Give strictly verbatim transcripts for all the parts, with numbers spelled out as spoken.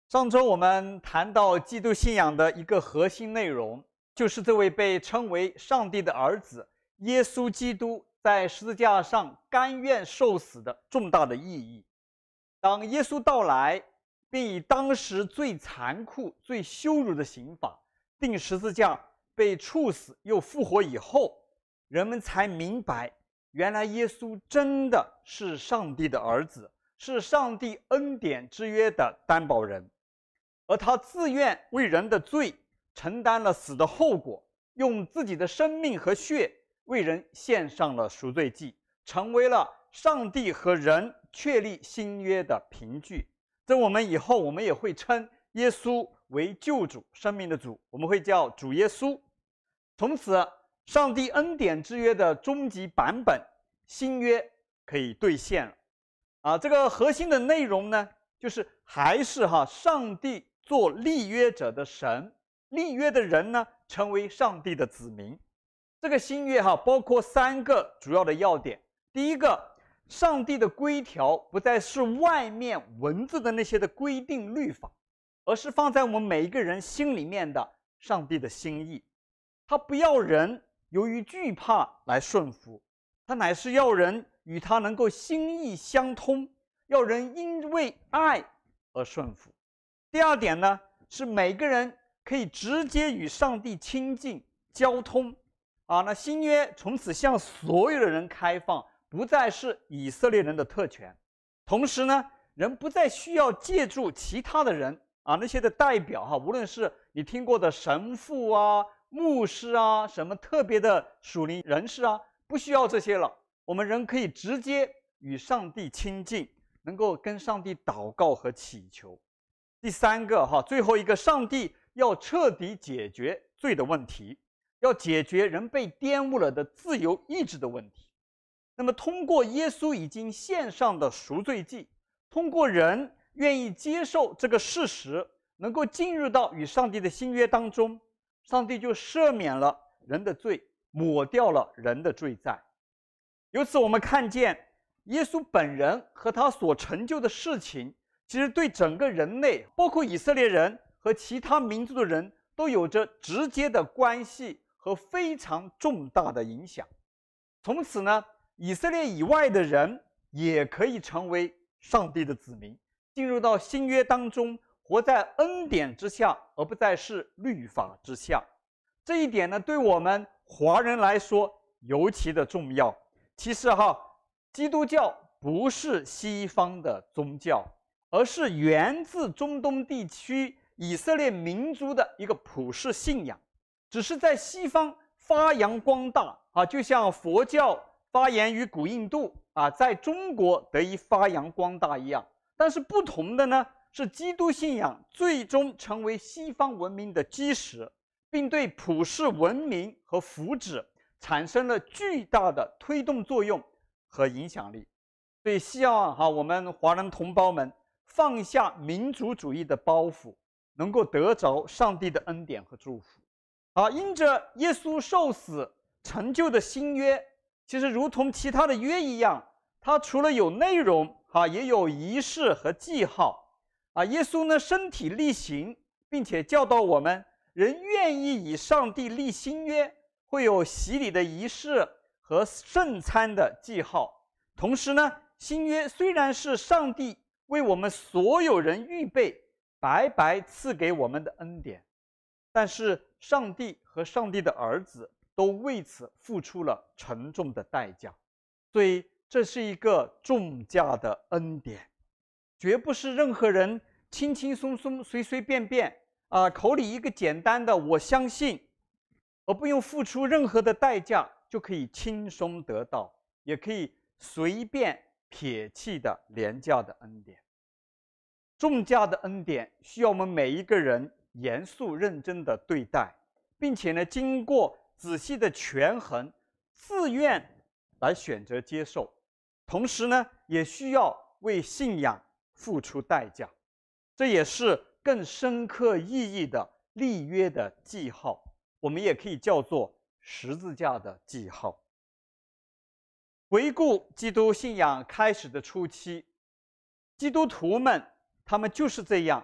上周我们谈到基督信仰的一个核心内容，就是这位被称为上帝的儿子耶稣基督在十字架上甘愿受死的重大的意义。当耶稣到来，并以当时最残酷、最羞辱的刑罚钉十字架，被处死又复活以后，人们才明白，原来耶稣真的是上帝的儿子，是上帝恩典之约的担保人。而他自愿为人的罪承担了死的后果，用自己的生命和血为人献上了赎罪祭，成为了上帝和人确立新约的凭据。这我们以后我们也会称耶稣为救主，生命的主，我们会叫主耶稣。从此，上帝恩典之约的终极版本新约可以兑现了。啊，这个核心的内容呢，就是还是哈上帝做立约者的神，立约的人呢成为上帝的子民。这个新约哈包括三个主要的要点。第一个，上帝的规条不再是外面文字的那些的规定律法，而是放在我们每一个人心里面的上帝的心意。他不要人由于惧怕来顺服，他乃是要人与他能够心意相通，要人因为爱而顺服。第二点呢，是每个人可以直接与上帝亲近交通啊。那新约从此向所有的人开放，不再是以色列人的特权。同时呢，人不再需要借助其他的人啊，那些的代表哈，无论是你听过的神父啊、牧师啊、什么特别的属灵人士啊，不需要这些了。我们人可以直接与上帝亲近，能够跟上帝祷告和祈求。第三个哈，最后一个，上帝要彻底解决罪的问题，要解决人被玷污了的自由意志的问题。那么通过耶稣已经献上的赎罪祭，通过人愿意接受这个事实，能够进入到与上帝的新约当中，上帝就赦免了人的罪，抹掉了人的罪债。由此我们看见耶稣本人和他所成就的事情，其实对整个人类，包括以色列人和其他民族的人，都有着直接的关系和非常重大的影响。从此呢，以色列以外的人也可以成为上帝的子民，进入到新约当中，活在恩典之下，而不再是律法之下。这一点呢，对我们华人来说尤其的重要。其实哈，基督教不是西方的宗教，而是源自中东地区以色列民族的一个普世信仰，只是在西方发扬光大啊，就像佛教发源于古印度啊，在中国得以发扬光大一样。但是不同的呢，是基督信仰最终成为西方文明的基石，并对普世文明和福祉产生了巨大的推动作用和影响力。所以希望哈我们华人同胞们放下民族主义的包袱，能够得着上帝的恩典和祝福。啊，因着耶稣受死成就的新约，其实如同其他的约一样，它除了有内容啊，也有仪式和记号。啊，耶稣呢身体力行，并且教导我们，人愿意以上帝立新约，会有洗礼的仪式和圣餐的记号。同时呢，新约虽然是上帝为我们所有人预备，白白赐给我们的恩典，但是上帝和上帝的儿子都为此付出了沉重的代价。所以这是一个重价的恩典，绝不是任何人轻轻松松随随便便啊，口里一个简单的我相信，而不用付出任何的代价就可以轻松得到，也可以随便撇弃的廉价的恩典。重价的恩典需要我们每一个人严肃认真的对待，并且呢，经过仔细的权衡，自愿来选择接受。同时呢，也需要为信仰付出代价。这也是更深刻意义的立约的记号，我们也可以叫做十字架的记号。回顾基督信仰开始的初期，基督徒们他们就是这样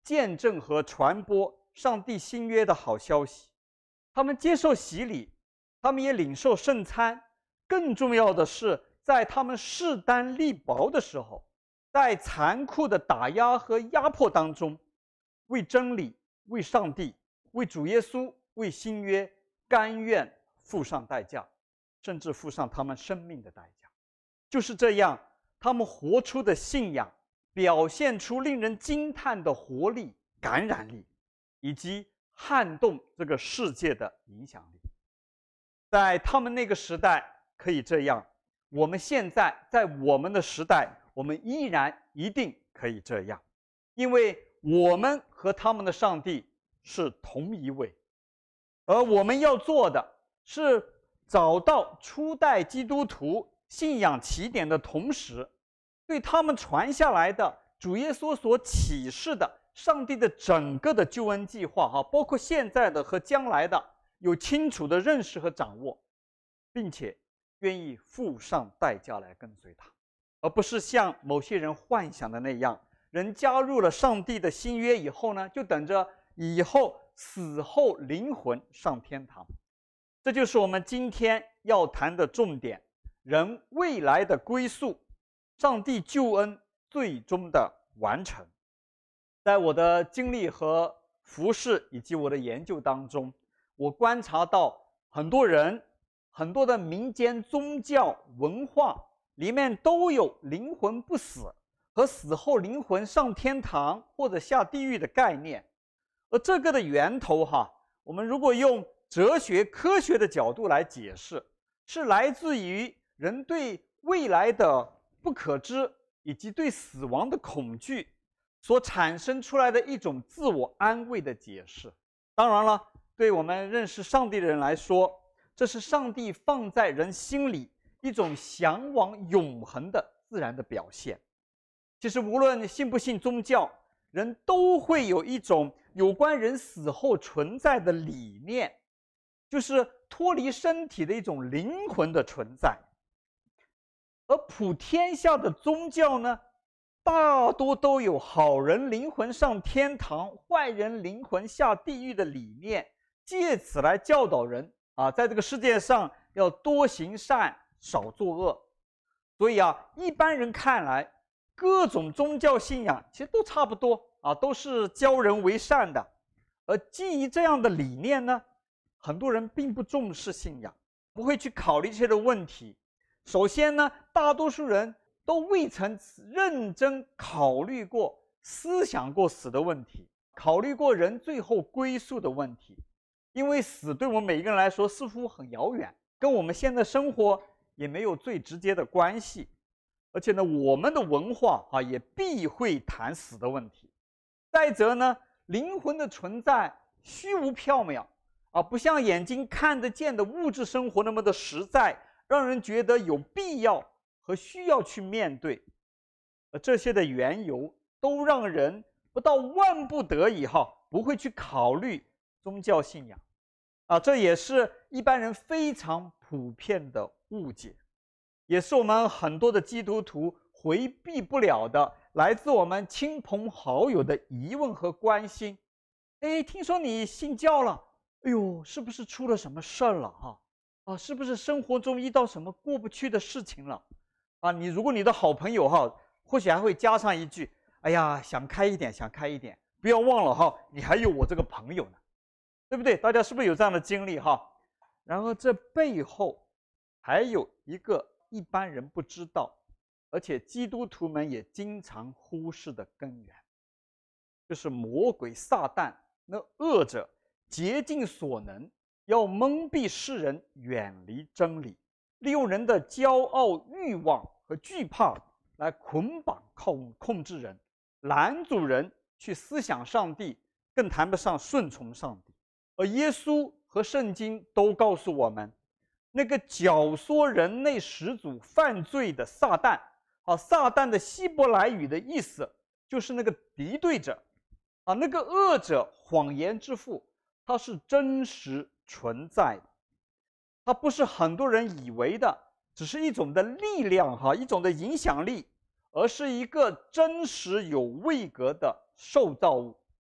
见证和传播上帝新约的好消息。他们接受洗礼，他们也领受圣餐。更重要的是，在他们势单力薄的时候，在残酷的打压和压迫当中，为真理、为上帝、为主耶稣、为新约，甘愿付上代价，甚至付上他们生命的代价。就是这样，他们活出的信仰表现出令人惊叹的活力、感染力，以及撼动这个世界的影响力。在他们那个时代可以这样，我们现在在我们的时代，我们依然一定可以这样，因为我们和他们的上帝是同一位。而我们要做的是找到初代基督徒信仰起点的同时，对他们传下来的主耶稣所启示的上帝的整个的救恩计划，哈，包括现在的和将来的，有清楚的认识和掌握，并且愿意付上代价来跟随他，而不是像某些人幻想的那样，人加入了上帝的新约以后呢，就等着以后死后灵魂上天堂。这就是我们今天要谈的重点，人未来的归宿，上帝救恩最终的完成。在我的经历和服事以及我的研究当中，我观察到很多人很多的民间宗教文化里面都有灵魂不死和死后灵魂上天堂或者下地狱的概念。而这个的源头哈，我们如果用哲学科学的角度来解释，是来自于人对未来的不可知以及对死亡的恐惧所产生出来的一种自我安慰的解释。当然了，对我们认识上帝的人来说，这是上帝放在人心里一种向往永恒的自然的表现。其实无论信不信宗教，人都会有一种有关人死后存在的理念，就是脱离身体的一种灵魂的存在。而普天下的宗教呢，大多都有好人灵魂上天堂，坏人灵魂下地狱的理念，借此来教导人啊，在这个世界上要多行善，少作恶。所以啊，一般人看来，各种宗教信仰其实都差不多啊，都是教人为善的。而基于这样的理念呢，很多人并不重视信仰，不会去考虑这些的问题。首先呢，大多数人都未曾认真考虑过、思想过死的问题，考虑过人最后归宿的问题。因为死对我们每一个人来说似乎很遥远，跟我们现在生活也没有最直接的关系。而且呢，我们的文化啊也避讳谈死的问题。再者呢，灵魂的存在虚无缥缈啊，不像眼睛看得见的物质生活那么的实在，让人觉得有必要和需要去面对。而这些的缘由都让人不到万不得已哈，不会去考虑宗教信仰啊，这也是一般人非常普遍的误解，也是我们很多的基督徒回避不了的来自我们亲朋好友的疑问和关心。哎，听说你信教了，哎呦，是不是出了什么事儿了哈？啊，是不是生活中遇到什么过不去的事情了？啊，你如果你的好朋友哈，或许还会加上一句：哎呀，想开一点，想开一点，不要忘了哈，你还有我这个朋友呢，对不对？大家是不是有这样的经历哈？然后这背后还有一个一般人不知道，而且基督徒们也经常忽视的根源，就是魔鬼撒旦那恶者竭尽所能要蒙蔽世人，远离真理，利用人的骄傲、欲望和惧怕来捆绑控控制人，拦阻人去思想上帝，更谈不上顺从上帝。而耶稣和圣经都告诉我们，那个教唆人类始祖犯罪的撒旦啊，撒旦的希伯来语的意思就是那个敌对者啊，那个恶者，谎言之父，他是真实存在的，它不是很多人以为的只是一种的力量哈，一种的影响力，而是一个真实有位格的受造物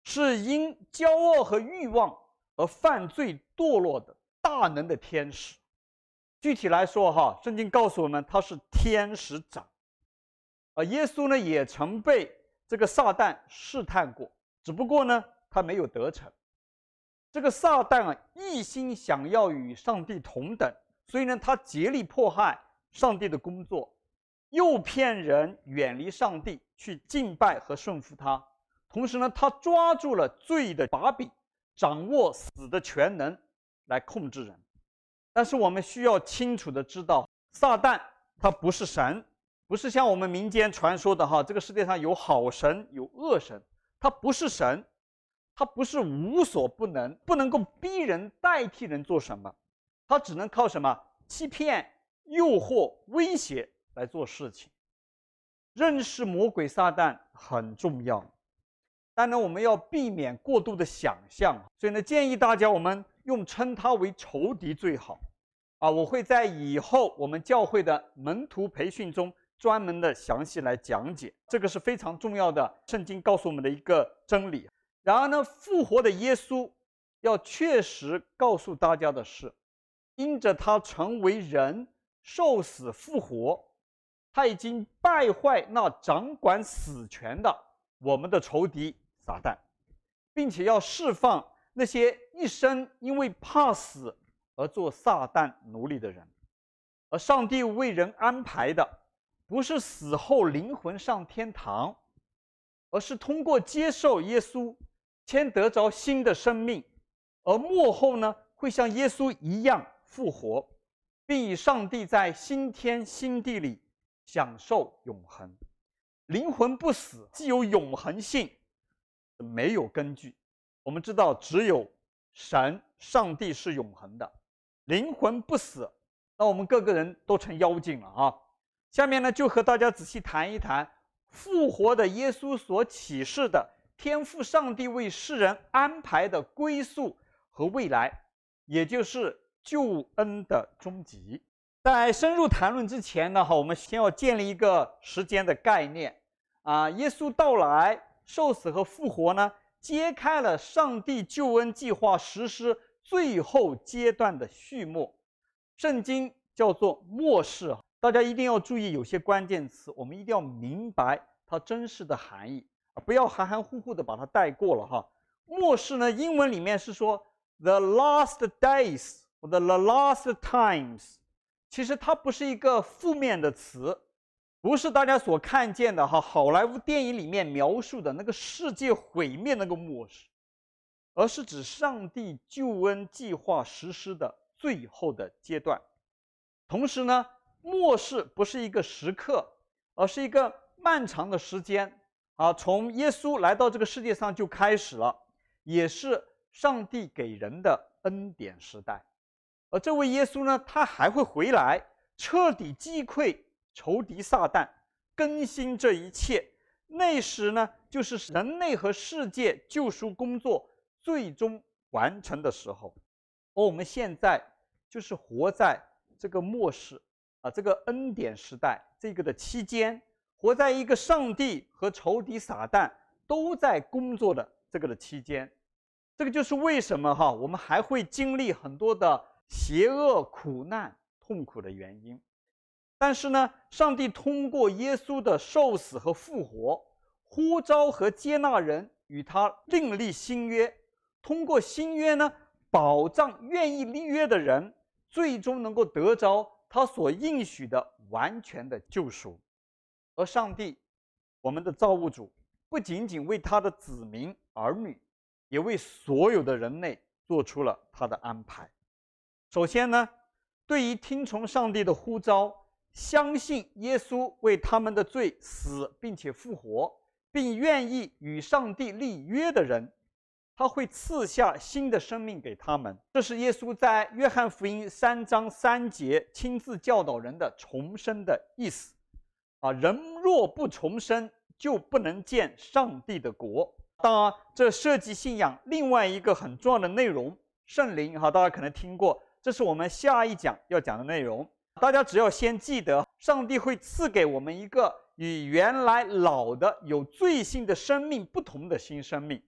是因骄傲和欲望而犯罪堕落的大能的天使。具体来说哈，圣经告诉我们他是天使长。而耶稣呢也曾被这个撒旦试探过，只不过呢他没有得逞。这个撒旦啊一心想要与上帝同等，所以呢他竭力迫害上帝的工作，诱骗人远离上帝去敬拜和顺服他。同时呢他抓住了罪的把柄，掌握死的全能来控制人。但是我们需要清楚的知道，撒旦他不是神，不是像我们民间传说的哈，这个世界上有好神有恶神，他不是神，他不是无所不能，不能够逼人代替人做什么，他只能靠什么欺骗、诱惑、威胁来做事情。认识魔鬼撒旦很重要，当然我们要避免过度的想象，所以呢建议大家我们用称他为仇敌最好啊！我会在以后我们教会的门徒培训中专门的详细来讲解，这个是非常重要的，圣经告诉我们的一个真理。然而呢，复活的耶稣要确实告诉大家的是，因着他成为人，受死复活，他已经败坏那掌管死权的我们的仇敌撒旦，并且要释放那些一生因为怕死而做撒旦奴隶的人。而上帝为人安排的不是死后灵魂上天堂，而是通过接受耶稣先得着新的生命，而末后呢会像耶稣一样复活，并与上帝在新天新地里享受永恒。灵魂不死既有永恒性，没有根据。我们知道只有神上帝是永恒的，灵魂不死，那我们各个人都成妖精了啊！下面呢就和大家仔细谈一谈复活的耶稣所启示的天父上帝为世人安排的归宿和未来，也就是救恩的终极。在深入谈论之前呢，我们先要建立一个时间的概念啊。耶稣到来、受死和复活呢，揭开了上帝救恩计划实施最后阶段的序幕。圣经叫做末世，大家一定要注意有些关键词，我们一定要明白它真实的含义，不要含含糊糊的把它带过了哈。末世呢，英文里面是说 the last days 或者 the last times， 其实它不是一个负面的词，不是大家所看见的哈好莱坞电影里面描述的那个世界毁灭那个末世，而是指上帝救恩计划实施的最后的阶段。同时呢，末世不是一个时刻，而是一个漫长的时间啊，从耶稣来到这个世界上就开始了，也是上帝给人的恩典时代。而这位耶稣呢，他还会回来，彻底击溃仇敌撒旦，更新这一切。那时呢，就是人类和世界救赎工作最终完成的时候。而我们现在就是活在这个末世啊，这个恩典时代这个的期间，活在一个上帝和仇敌撒旦都在工作的这个的期间。这个就是为什么哈我们还会经历很多的邪恶、苦难、痛苦的原因。但是呢，上帝通过耶稣的受死和复活，呼召和接纳人与他另立新约，通过新约呢，保障愿意立约的人最终能够得着他所应许的完全的救赎。而上帝，我们的造物主，不仅仅为他的子民儿女，也为所有的人类做出了他的安排。首先呢，对于听从上帝的呼召，相信耶稣为他们的罪死并且复活，并愿意与上帝立约的人，他会赐下新的生命给他们。这是耶稣在约翰福音三章三节亲自教导人的重生的意思啊，人若不重生，就不能见上帝的国。当然，这涉及信仰另外一个很重要的内容，圣灵哈，大家可能听过，这是我们下一讲要讲的内容。大家只要先记得，上帝会赐给我们一个与原来老的有罪性的生命不同的新生命。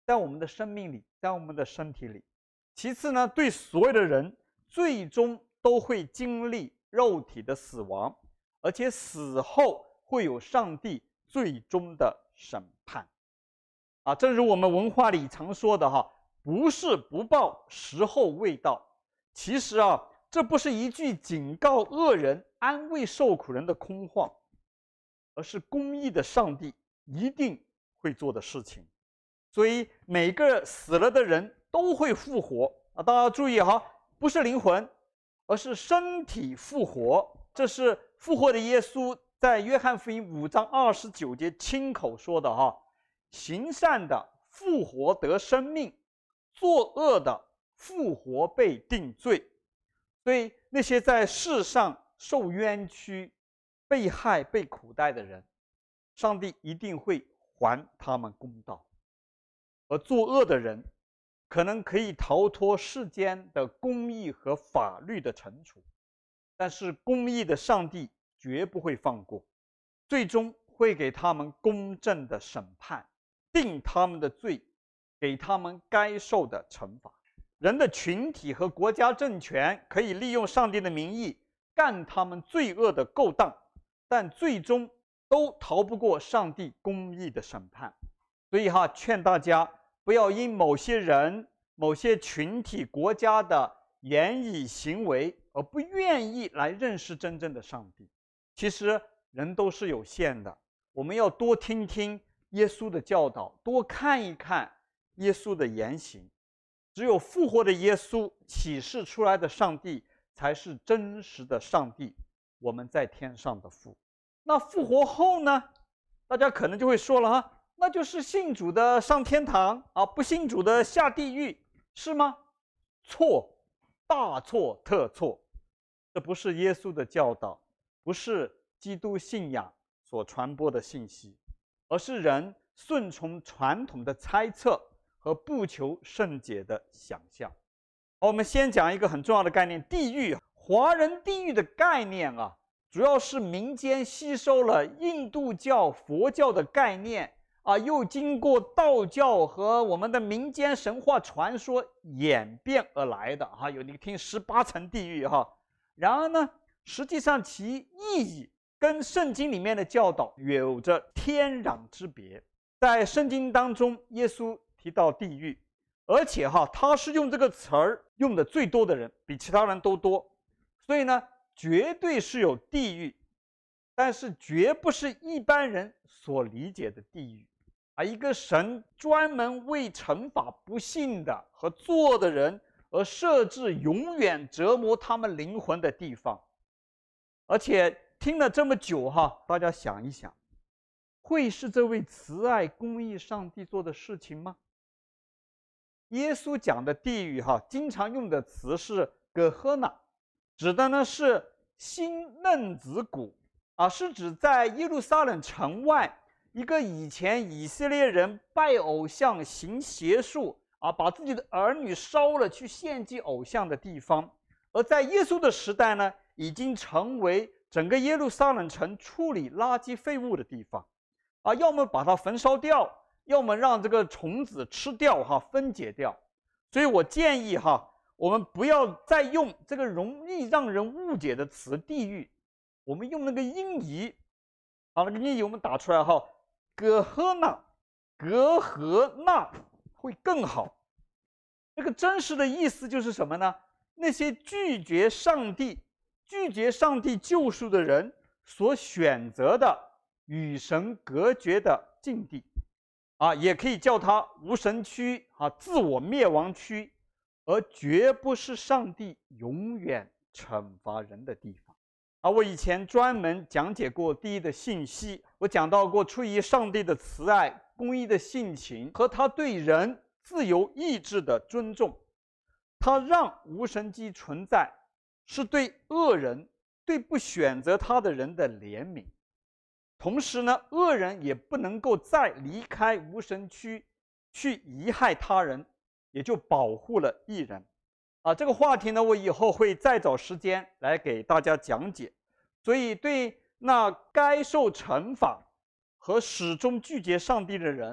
在我们的生命里，在我们的身体里。其次呢，对所有的人，最终都会经历肉体的死亡，而且死后会有上帝最终的审判。啊，正如我们文化里常说的哈，不是不报，时候未到。其实啊，这不是一句警告恶人、安慰受苦人的空话，而是公义的上帝一定会做的事情。所以每个死了的人都会复活啊！大家注意哈，不是灵魂，而是身体复活。这是复活的耶稣在约翰福音五章二十九节亲口说的哈。行善的复活得生命，作恶的复活被定罪。所以那些在世上受冤屈、被害、被苦待的人，上帝一定会还他们公道。而作恶的人可能可以逃脱世间的公义和法律的惩处，但是公义的上帝绝不会放过，最终会给他们公正的审判，定他们的罪，给他们该受的惩罚。人的群体和国家政权可以利用上帝的名义干他们罪恶的勾当，但最终都逃不过上帝公义的审判。所以哈，劝大家不要因某些人、某些群体、国家的言语行为而不愿意来认识真正的上帝。其实人都是有限的，我们要多听听耶稣的教导，多看一看耶稣的言行。只有复活的耶稣启示出来的上帝才是真实的上帝，我们在天上的父。那复活后呢？大家可能就会说了哈，那就是信主的上天堂啊，不信主的下地狱，是吗？错，大错特错。这不是耶稣的教导，不是基督信仰所传播的信息，而是人顺从传统的猜测和不求甚解的想象。好，我们先讲一个很重要的概念，地狱。华人地狱的概念啊，主要是民间吸收了印度教、佛教的概念啊，又经过道教和我们的民间神话传说演变而来的哈。有你听十八层地狱哈。然而呢，实际上其意义跟圣经里面的教导有着天壤之别。在圣经当中，耶稣提到地狱，而且哈，他是用这个词儿用的最多的人，比其他人都多。所以呢，绝对是有地狱，但是绝不是一般人所理解的地狱啊！一个神专门为惩罚不信的和作恶的人而设置永远折磨他们灵魂的地方。而且听了这么久哈，大家想一想，会是这位慈爱公义上帝做的事情吗？耶稣讲的地狱哈，经常用的词是葛赫纳，指的呢是新嫩子谷啊，是指在耶路撒冷城外一个以前以色列人拜偶像、行邪术啊，把自己的儿女烧了去献祭偶像的地方。而在耶稣的时代呢，已经成为整个耶路撒冷城处理垃圾废物的地方啊，要么把它焚烧掉，要么让这个虫子吃掉哈，分解掉。所以我建议哈，我们不要再用这个容易让人误解的词地狱，我们用那个音译，好，那个音译我们打出来哈，葛赫纳，格和纳会更好。这个真实的意思就是什么呢？那些拒绝上帝、拒绝上帝救赎的人所选择的与神隔绝的境地啊，也可以叫它无神区啊，自我灭亡区，而绝不是上帝永远惩罚人的地方。啊，我以前专门讲解过地狱的信息，我讲到过，出于上帝的慈爱、公义的性情和他对人自由意志的尊重，他让无神机存在，是对恶人、对不选择他的人的怜悯。同时呢，恶人也不能够再离开无神区去贻害他人，也就保护了义人。啊，这个话题呢，我以后会再找时间来给大家讲解。所以对那该受惩罚和始终拒绝上帝的人，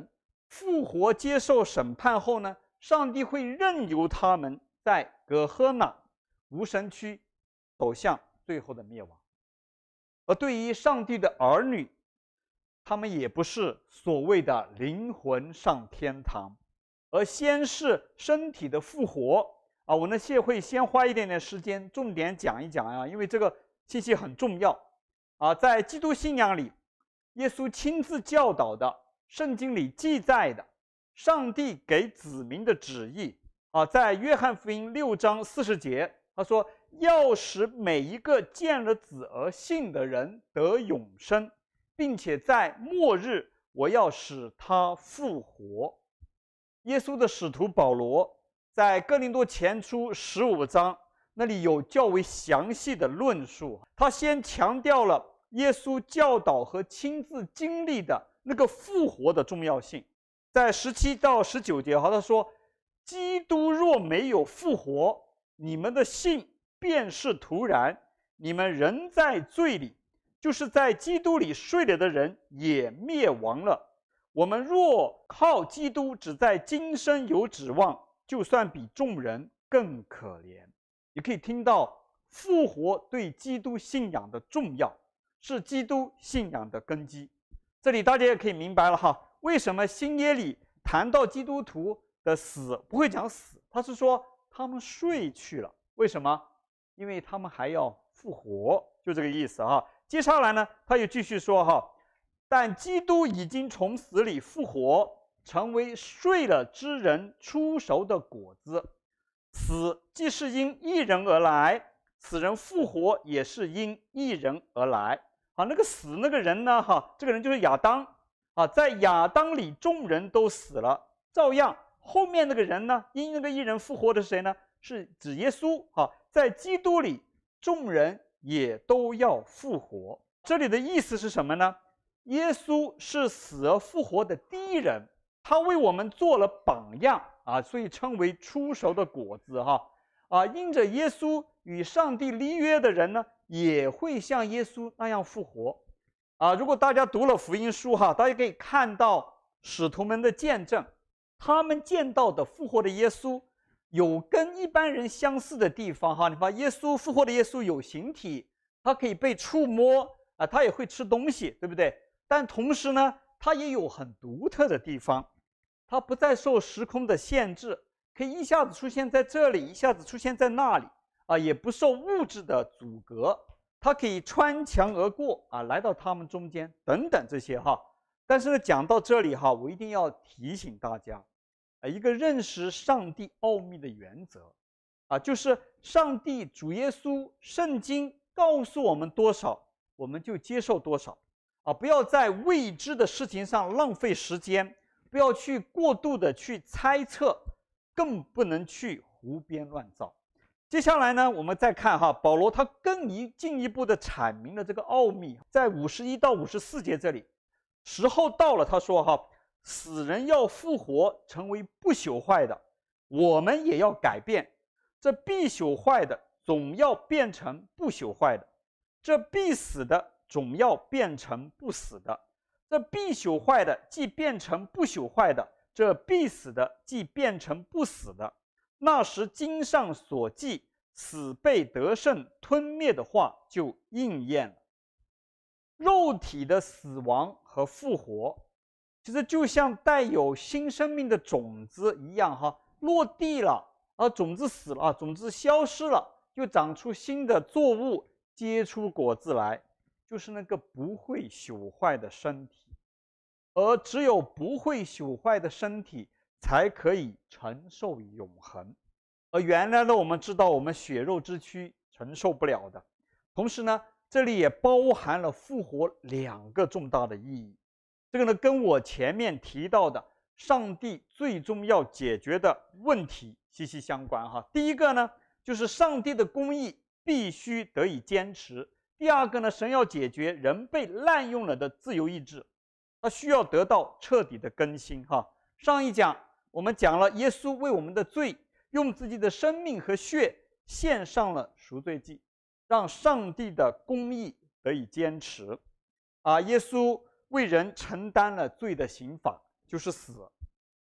复活接受审判后呢，上帝会任由他们在葛赫纳无神区走向最后的灭亡。而对于上帝的儿女，他们也不是所谓的灵魂上天堂，而先是身体的复活啊。我呢谢会先花一点点时间重点讲一讲啊，因为这个信息很重要啊。在基督信仰里，耶稣亲自教导的，圣经里记载的，上帝给子民的旨意啊，在约翰福音六章四十节，他说要使每一个见了子而信的人得永生，并且在末日我要使他复活。耶稣的使徒保罗在哥林多前书十五章那里有较为详细的论述，他先强调了耶稣教导和亲自经历的那个复活的重要性。在十七到十九节，他说基督若没有复活，你们的信便是徒然，你们仍在罪里，就是在基督里睡了的人也灭亡了。我们若靠基督只在今生有指望，就算比众人更可怜。也可以听到复活对基督信仰的重要，是基督信仰的根基。这里大家也可以明白了哈，为什么新约里谈到基督徒的死不会讲死，他是说他们睡去了。为什么？因为他们还要复活，就这个意思啊。接下来呢，他又继续说哈，但基督已经从死里复活，成为睡了之人出熟的果子。死既是因一人而来，此人复活也是因一人而来。啊，那个死那个人呢？哈，这个人就是亚当啊，在亚当里众人都死了，照样后面那个人呢，因那个一人复活的是谁呢？是指耶稣啊，在基督里众人也都要复活。这里的意思是什么呢？耶稣是死而复活的第一人，他为我们做了榜样啊，所以称为出熟的果子哈啊。因着耶稣与上帝立约的人呢，也会像耶稣那样复活啊。如果大家读了福音书哈，大家可以看到使徒们的见证，他们见到的复活的耶稣有跟一般人相似的地方哈。你看耶稣复活的耶稣有形体，他可以被触摸啊，他也会吃东西，对不对？但同时呢，他也有很独特的地方，他不再受时空的限制，可以一下子出现在这里，一下子出现在那里啊，也不受物质的阻隔，他可以穿墙而过啊，来到他们中间等等这些哈。但是呢，讲到这里哈，我一定要提醒大家啊，一个认识上帝奥秘的原则啊，就是上帝主耶稣圣经告诉我们多少，我们就接受多少啊，不要在未知的事情上浪费时间，不要去过度的去猜测，更不能去胡编乱造。接下来呢，我们再看哈，保罗他更一进一步的阐明了这个奥秘，在五十一到五十四节这里，时候到了，他说哈，死人要复活，成为不朽坏的，我们也要改变，这必朽坏的总要变成不朽坏的，这必死的总要变成不死的，这必朽坏的既变成不朽坏的，这必死的既变成不死的。那时经上所记死被得胜吞灭的话就应验了。肉体的死亡和复活其实就像带有新生命的种子一样哈，落地了而种子死了，种子消失了，就长出新的作物，结出果子来，就是那个不会朽坏的身体。而只有不会朽坏的身体才可以承受永恒，而原来呢，我们知道我们血肉之躯承受不了的。同时呢，这里也包含了复活两个重大的意义，这个呢跟我前面提到的上帝最终要解决的问题息息相关哈。第一个呢，就是上帝的公义必须得以坚持；第二个呢，神要解决人被滥用了的自由意志，它需要得到彻底的更新哈。上一讲我们讲了耶稣为我们的罪用自己的生命和血献上了赎罪祭，让上帝的公义得以坚持啊。耶稣为人承担了罪的刑罚，就是死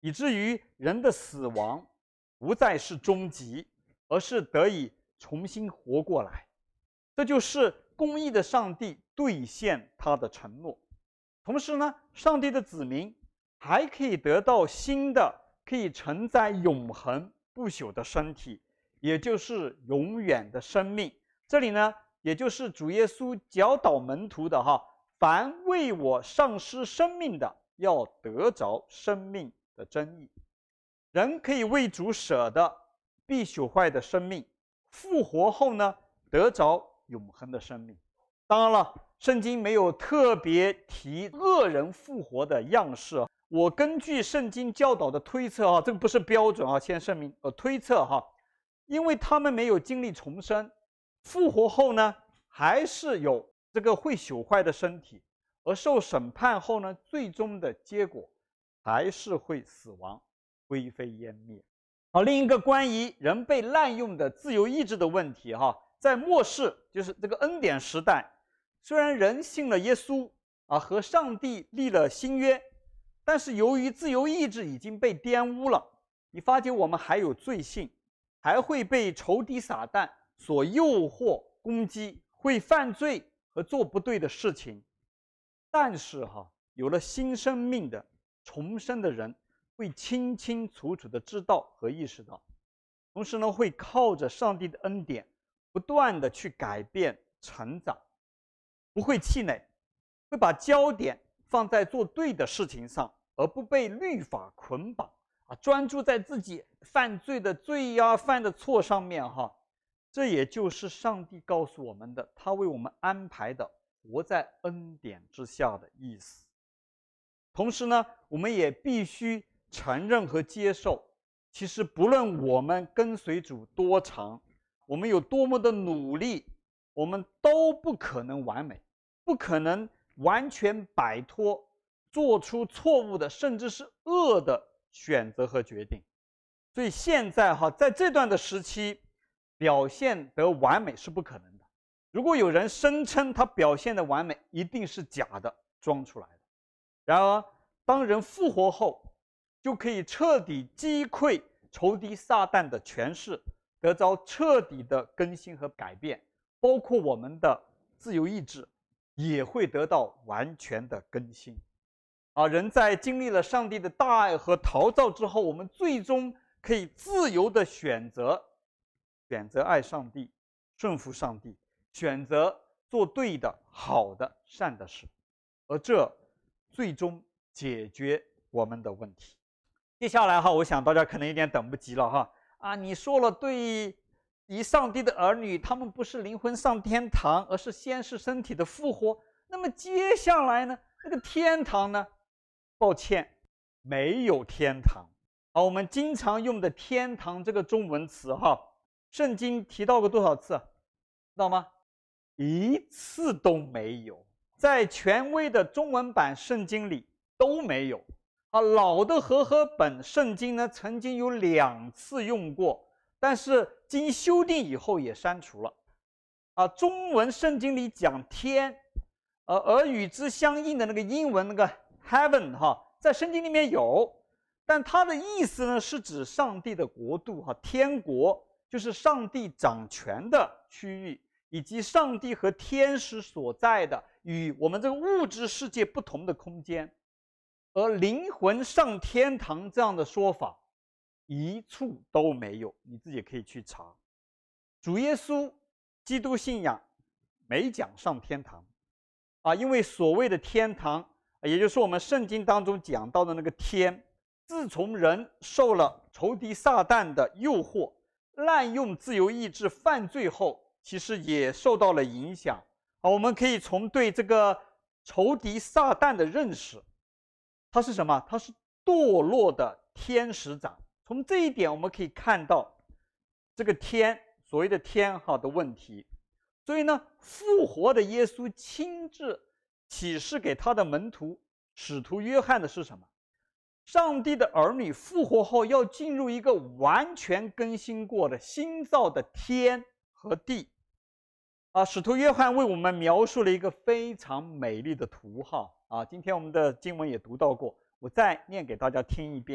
以至于人的死亡不再是终极，而是得以重新活过来。这就是公义的上帝兑现他的承诺。同时呢，上帝的子民还可以得到新的可以承载永恒不朽的身体，也就是永远的生命。这里呢，也就是主耶稣教导门徒的哈，凡为我丧失生命的，要得着生命的真意。人可以为主舍的必朽坏的生命，复活后呢，得着永恒的生命。当然了，圣经没有特别提恶人复活的样式，我根据圣经教导的推测啊，这个不是标准啊，先声明，呃，推测哈，因为他们没有经历重生，复活后呢，还是有这个会朽坏的身体，而受审判后呢，最终的结果还是会死亡，灰飞烟灭。好，另一个关于人被滥用的自由意志的问题哈，在末世，就是这个恩典时代，虽然人信了耶稣啊，和上帝立了新约，但是由于自由意志已经被玷污了，你发觉我们还有罪性，还会被仇敌撒旦所诱惑攻击，会犯罪和做不对的事情。但是哈，有了新生命的重生的人，会清清楚楚的知道和意识到，同时呢，会靠着上帝的恩典，不断的去改变成长，不会气馁，会把焦点放在做对的事情上，而不被律法捆绑啊，专注在自己犯罪的罪呀、犯的错上面哈。这也就是上帝告诉我们的，他为我们安排的活在恩典之下的意思。同时呢，我们也必须承认和接受，其实不论我们跟随主多长，我们有多么的努力，我们都不可能完美，不可能完全摆脱做出错误的甚至是恶的选择和决定。所以现在哈，在这段的时期表现得完美是不可能的。如果有人声称他表现得完美，一定是假的，装出来的。然而当人复活后，就可以彻底击溃仇敌撒旦的权势，得着彻底的更新和改变，包括我们的自由意志也会得到完全的更新。啊，人在经历了上帝的大爱和陶造之后，我们最终可以自由的选择，选择爱上帝，顺服上帝，选择做对的、好的、善的事，而这最终解决我们的问题。接下来哈，我想大家可能有点等不及了哈。啊，你说了，对于上帝的儿女，他们不是灵魂上天堂，而是先是身体的复活。那么接下来呢？那个天堂呢？抱歉，没有天堂。啊，我们经常用的天堂这个中文词哈，圣经提到过多少次？知道吗？一次都没有，在权威的中文版圣经里都没有。啊，老的和合本圣经呢，曾经有两次用过，但是经修订以后也删除了。啊，中文圣经里讲天，呃，而与之相应的那个英文那个 heaven 哈，在圣经里面有，但它的意思呢是指上帝的国度哈，天国就是上帝掌权的区域，以及上帝和天使所在的与我们这个物质世界不同的空间。而灵魂上天堂这样的说法一处都没有，你自己可以去查。主耶稣基督信仰没讲上天堂啊，因为所谓的天堂，也就是我们圣经当中讲到的那个天，自从人受了仇敌撒旦的诱惑，滥用自由意志犯罪后，其实也受到了影响啊。我们可以从对这个仇敌撒旦的认识，他是什么？他是堕落的天使长。从这一点我们可以看到这个天，所谓的天哈的问题。所以呢，复活的耶稣亲自启示给他的门徒使徒约翰的是什么？上帝的儿女复活后要进入一个完全更新过的新造的天和地啊。使徒约翰为我们描述了一个非常美丽的图哈啊，今天我们的经文也读到过，我再念给大家听一遍。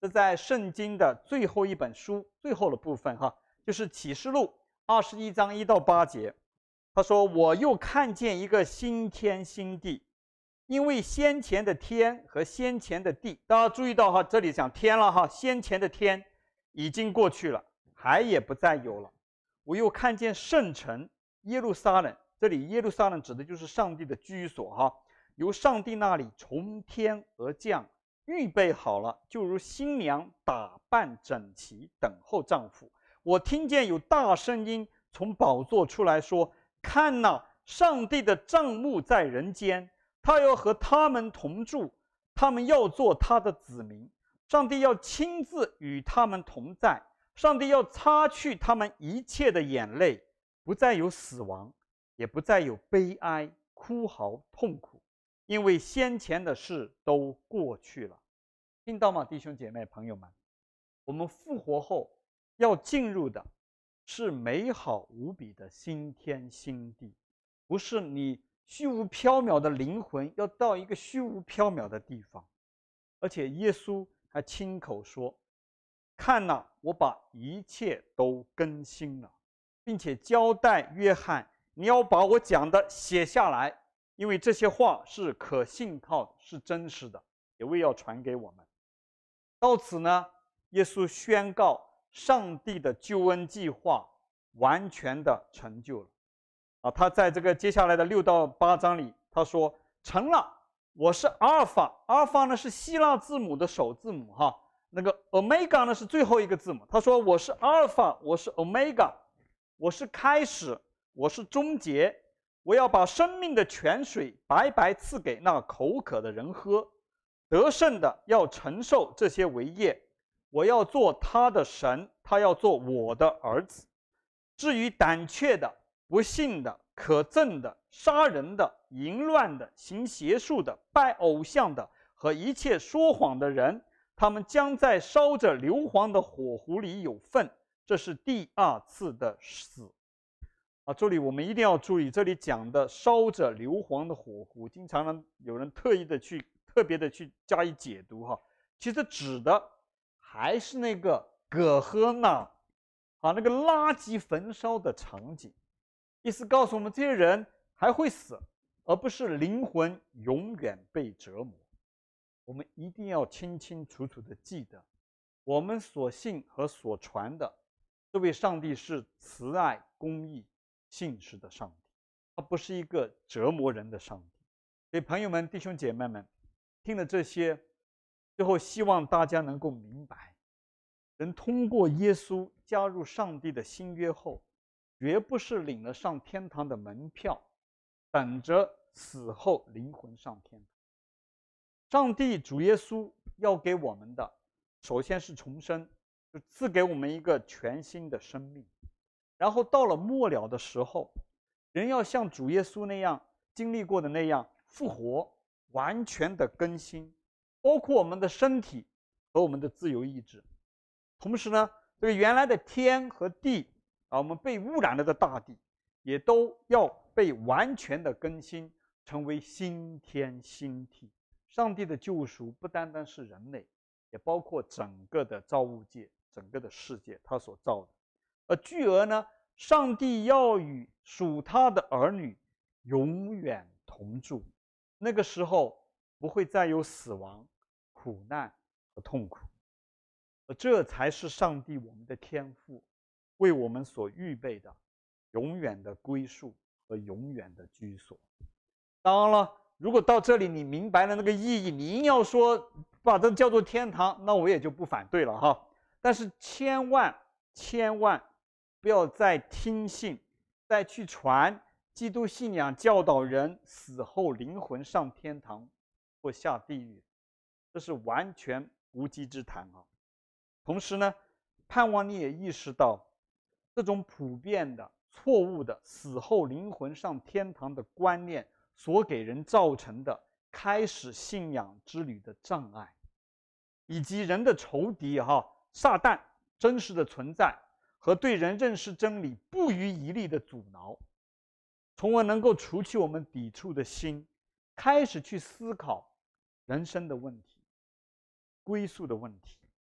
这在圣经的最后一本书最后的部分哈，就是启示录二十一章一到八节。他说：“我又看见一个新天新地，因为先前的天和先前的地，大家注意到哈，这里讲天了哈，先前的天已经过去了，海也不再有了。我又看见圣城耶路撒冷，这里耶路撒冷指的就是上帝的居所哈，由上帝那里从天而降，预备好了，就如新娘打扮整齐，等候丈夫。我听见有大声音从宝座出来说，看哪，上帝的帐幕在人间，他要和他们同住，他们要做他的子民，上帝要亲自与他们同在，上帝要擦去他们一切的眼泪，不再有死亡，也不再有悲哀、哭嚎、痛苦，因为先前的事都过去了。”听到吗，弟兄姐妹朋友们？我们复活后要进入的是美好无比的新天新地，不是你虚无缥缈的灵魂要到一个虚无缥缈的地方。而且耶稣还亲口说，看哪，我把一切都更新了，并且交代约翰，你要把我讲的写下来，因为这些话是可信靠的，是真实的，也为要传给我们。到此呢，耶稣宣告上帝的救恩计划完全的成就了。啊，他在这个接下来的六到八章里，他说成了，我是阿尔法，阿尔法呢是希腊字母的首字母哈，那个 omega 呢是最后一个字母。他说我是阿尔法，我是 omega， 我是开始，我是终结，我要把生命的泉水白白赐给那口渴的人喝，得胜的要承受这些为业，我要做他的神，他要做我的儿子。至于胆怯的、不信的、可憎的、杀人的、淫乱的、行邪术的、拜偶像的和一切说谎的人，他们将在烧着硫磺的火湖里有份，这是第二次的死。啊，这里我们一定要注意，这里讲的烧着硫磺的火湖，经常呢有人特意的去特别的去加以解读哈，其实指的还是那个葛和那啊那个垃圾焚烧的场景，意思告诉我们这些人还会死，而不是灵魂永远被折磨。我们一定要清清楚楚的记得，我们所信和所传的这位上帝是慈爱、公义、信实的上帝，他不是一个折磨人的上帝。所以朋友们、弟兄姐妹们，听了这些，最后希望大家能够明白，人通过耶稣加入上帝的新约后，绝不是领了上天堂的门票，等着死后灵魂上天堂。上帝主耶稣要给我们的，首先是重生，就赐给我们一个全新的生命。然后到了末了的时候，人要像主耶稣那样经历过的那样复活，完全的更新，包括我们的身体和我们的自由意志。同时呢，这个原来的天和地啊，我们被污染了的大地，也都要被完全的更新，成为新天新地。上帝的救赎不单单是人类，也包括整个的造物界，整个的世界他所造的。而巨额呢，上帝要与属他的儿女永远同住，那个时候不会再有死亡、苦难和痛苦，而这才是上帝我们的天父为我们所预备的永远的归宿和永远的居所。当然了，如果到这里你明白了那个意义，你硬要说把这叫做天堂，那我也就不反对了哈。但是千万千万不要再听信，再去传基督信仰教导人死后灵魂上天堂或下地狱，这是完全无稽之谈啊。同时呢，盼望你也意识到，这种普遍的错误的死后灵魂上天堂的观念所给人造成的开始信仰之旅的障碍，以及人的仇敌哈撒旦真实的存在和对人认识真理不遗余力的阻挠，从而能够除去我们抵触的心，开始去思考人生的问题、归宿的问题，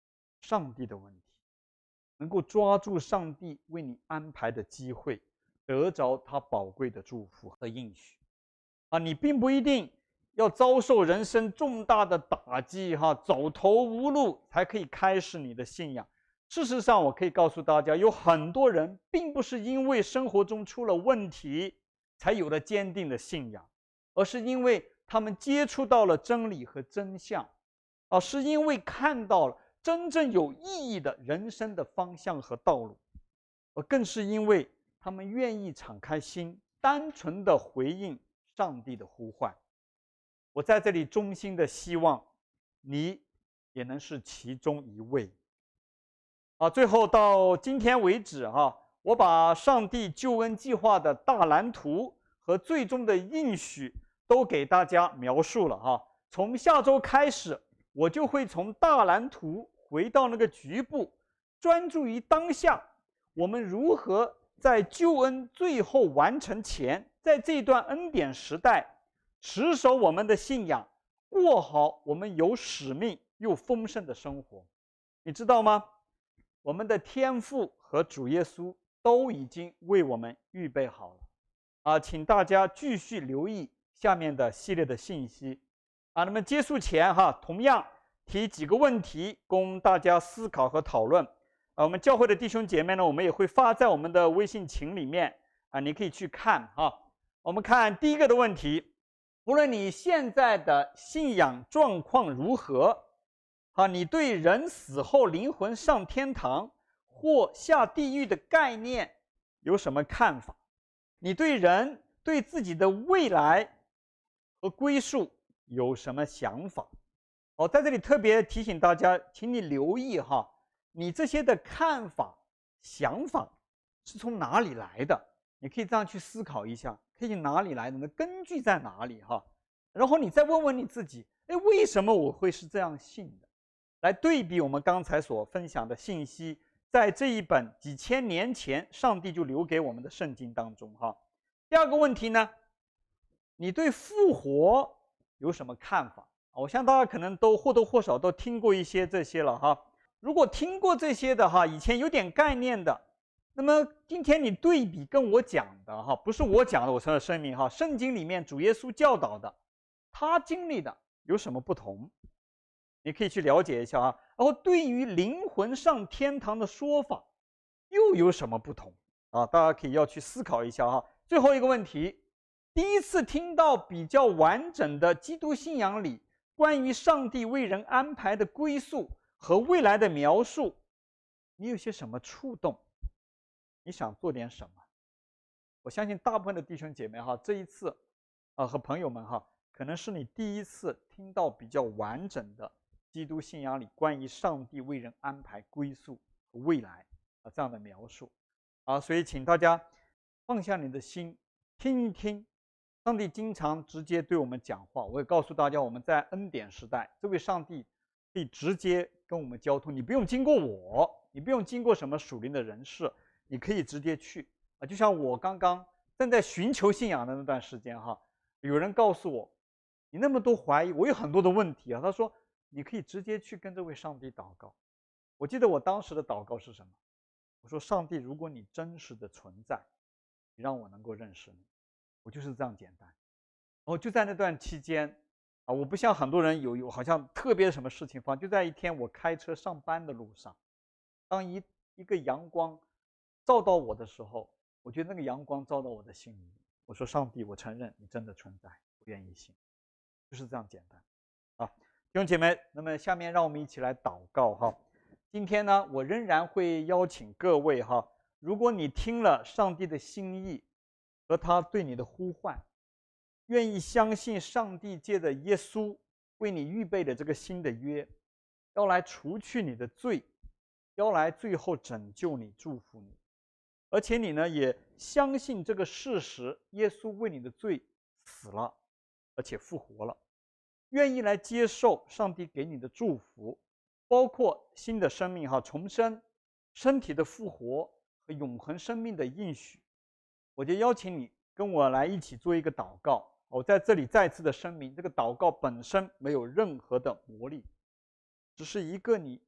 上帝的问题，能够抓住上帝为你安排的机会，得着他宝贵的祝福和应许。啊，你并不一定要遭受人生重大的打击，哈，走投无路才可以开始你的信仰。事实上，我可以告诉大家，有很多人并不是因为生活中出了问题才有了坚定的信仰，而是因为他们接触到了真理和真相，啊，是因为看到了真正有意义的人生的方向和道路，而更是因为他们愿意敞开心，单纯的回应上帝的呼唤。我在这里衷心的希望你也能是其中一位。啊，最后到今天为止哈、啊，我把上帝救恩计划的大蓝图和最终的应许都给大家描述了哈、啊。从下周开始，我就会从大蓝图回到那个局部，专注于当下，我们如何在救恩最后完成前，在这段恩典时代，持守我们的信仰，过好我们有使命又丰盛的生活。你知道吗？我们的天父和主耶稣都已经为我们预备好了啊，请大家继续留意下面的系列的信息啊。那么结束前哈，同样提几个问题供大家思考和讨论啊。我们教会的弟兄姐妹呢，我们也会发在我们的微信群里面啊，你可以去看哈。我们看第一个的问题，无论你现在的信仰状况如何。啊，你对人死后灵魂上天堂或下地狱的概念有什么看法？你对人对自己的未来和归宿有什么想法？哦，在这里特别提醒大家，请你留意哈，你这些的看法、想法是从哪里来的？你可以这样去思考一下，可以哪里来的呢？根据在哪里哈？然后你再问问你自己，哎，为什么我会是这样信的？来对比我们刚才所分享的信息，在这一本几千年前上帝就留给我们的圣经当中哈。第二个问题呢，你对复活有什么看法？我相信大家可能都或多或少都听过一些这些了哈。如果听过这些的哈，以前有点概念的，那么今天你对比跟我讲的哈，不是我讲的，我承认声明哈，圣经里面主耶稣教导的，他经历的有什么不同？你可以去了解一下啊。然后对于灵魂上天堂的说法又有什么不同啊？大家可以要去思考一下哈。最后一个问题，第一次听到比较完整的基督信仰里关于上帝为人安排的归宿和未来的描述，你有些什么触动？你想做点什么？我相信大部分的弟兄姐妹哈，这一次啊和朋友们哈，可能是你第一次听到比较完整的基督信仰里关于上帝为人安排归宿和未来啊这样的描述啊，所以请大家放下你的心，听一听。上帝经常直接对我们讲话，我也告诉大家，我们在恩典时代，这位上帝可以直接跟我们交通，你不用经过我，你不用经过什么属灵的人士，你可以直接去啊。就像我刚刚正在寻求信仰的那段时间哈，有人告诉我，你那么多怀疑，我有很多的问题啊。他说你可以直接去跟这位上帝祷告。我记得我当时的祷告是什么？我说上帝，如果你真实的存在，你让我能够认识你。我就是这样简单。然后就在那段期间啊，我不像很多人有有好像特别什么事情发生，就在一天我开车上班的路上，当一一个阳光照到我的时候，我觉得那个阳光照到我的心里，我说上帝，我承认你真的存在，我愿意信，就是这样简单啊。弟兄姐妹，那么下面让我们一起来祷告哈。今天呢，我仍然会邀请各位哈，如果你听了上帝的心意和他对你的呼唤，愿意相信上帝借着耶稣为你预备的这个新的约，要来除去你的罪，要来最后拯救你、祝福你，而且你呢也相信这个事实，耶稣为你的罪死了，而且复活了，愿意来接受上帝给你的祝福，包括新的生命哈、重生、身体的复活和永恒生命的应许。我就邀请你跟我来一起做一个祷告。我在这里再次的声明，这个祷告本身没有任何的魔力，只是一个你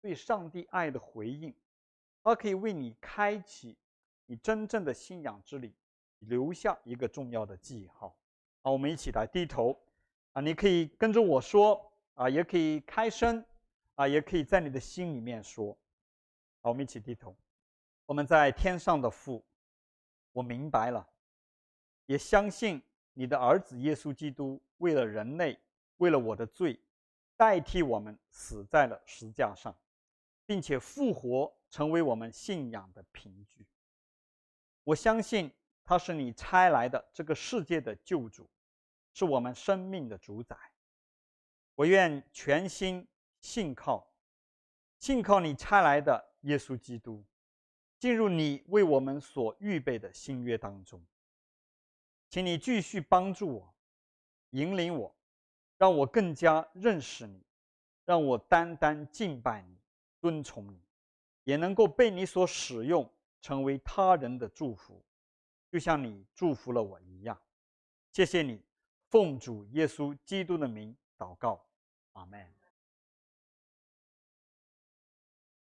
对上帝爱的回应，它可以为你开启你真正的信仰之旅，留下一个重要的记号。好，我们一起来低头啊，你可以跟着我说啊，也可以开声啊，也可以在你的心里面说。好，我们一起低头。我们在天上的父，我明白了，也相信你的儿子耶稣基督为了人类，为了我的罪，代替我们死在了十字架上，并且复活成为我们信仰的凭据。我相信他是你差来的这个世界的救主，是我们生命的主宰。我愿全心信靠信靠你差来的耶稣基督，进入你为我们所预备的新约当中。请你继续帮助我，引领我，让我更加认识你，让我单单敬拜你，尊崇你，也能够被你所使用，成为他人的祝福，就像你祝福了我一样。谢谢你，奉主耶稣基督的名祷告，阿们。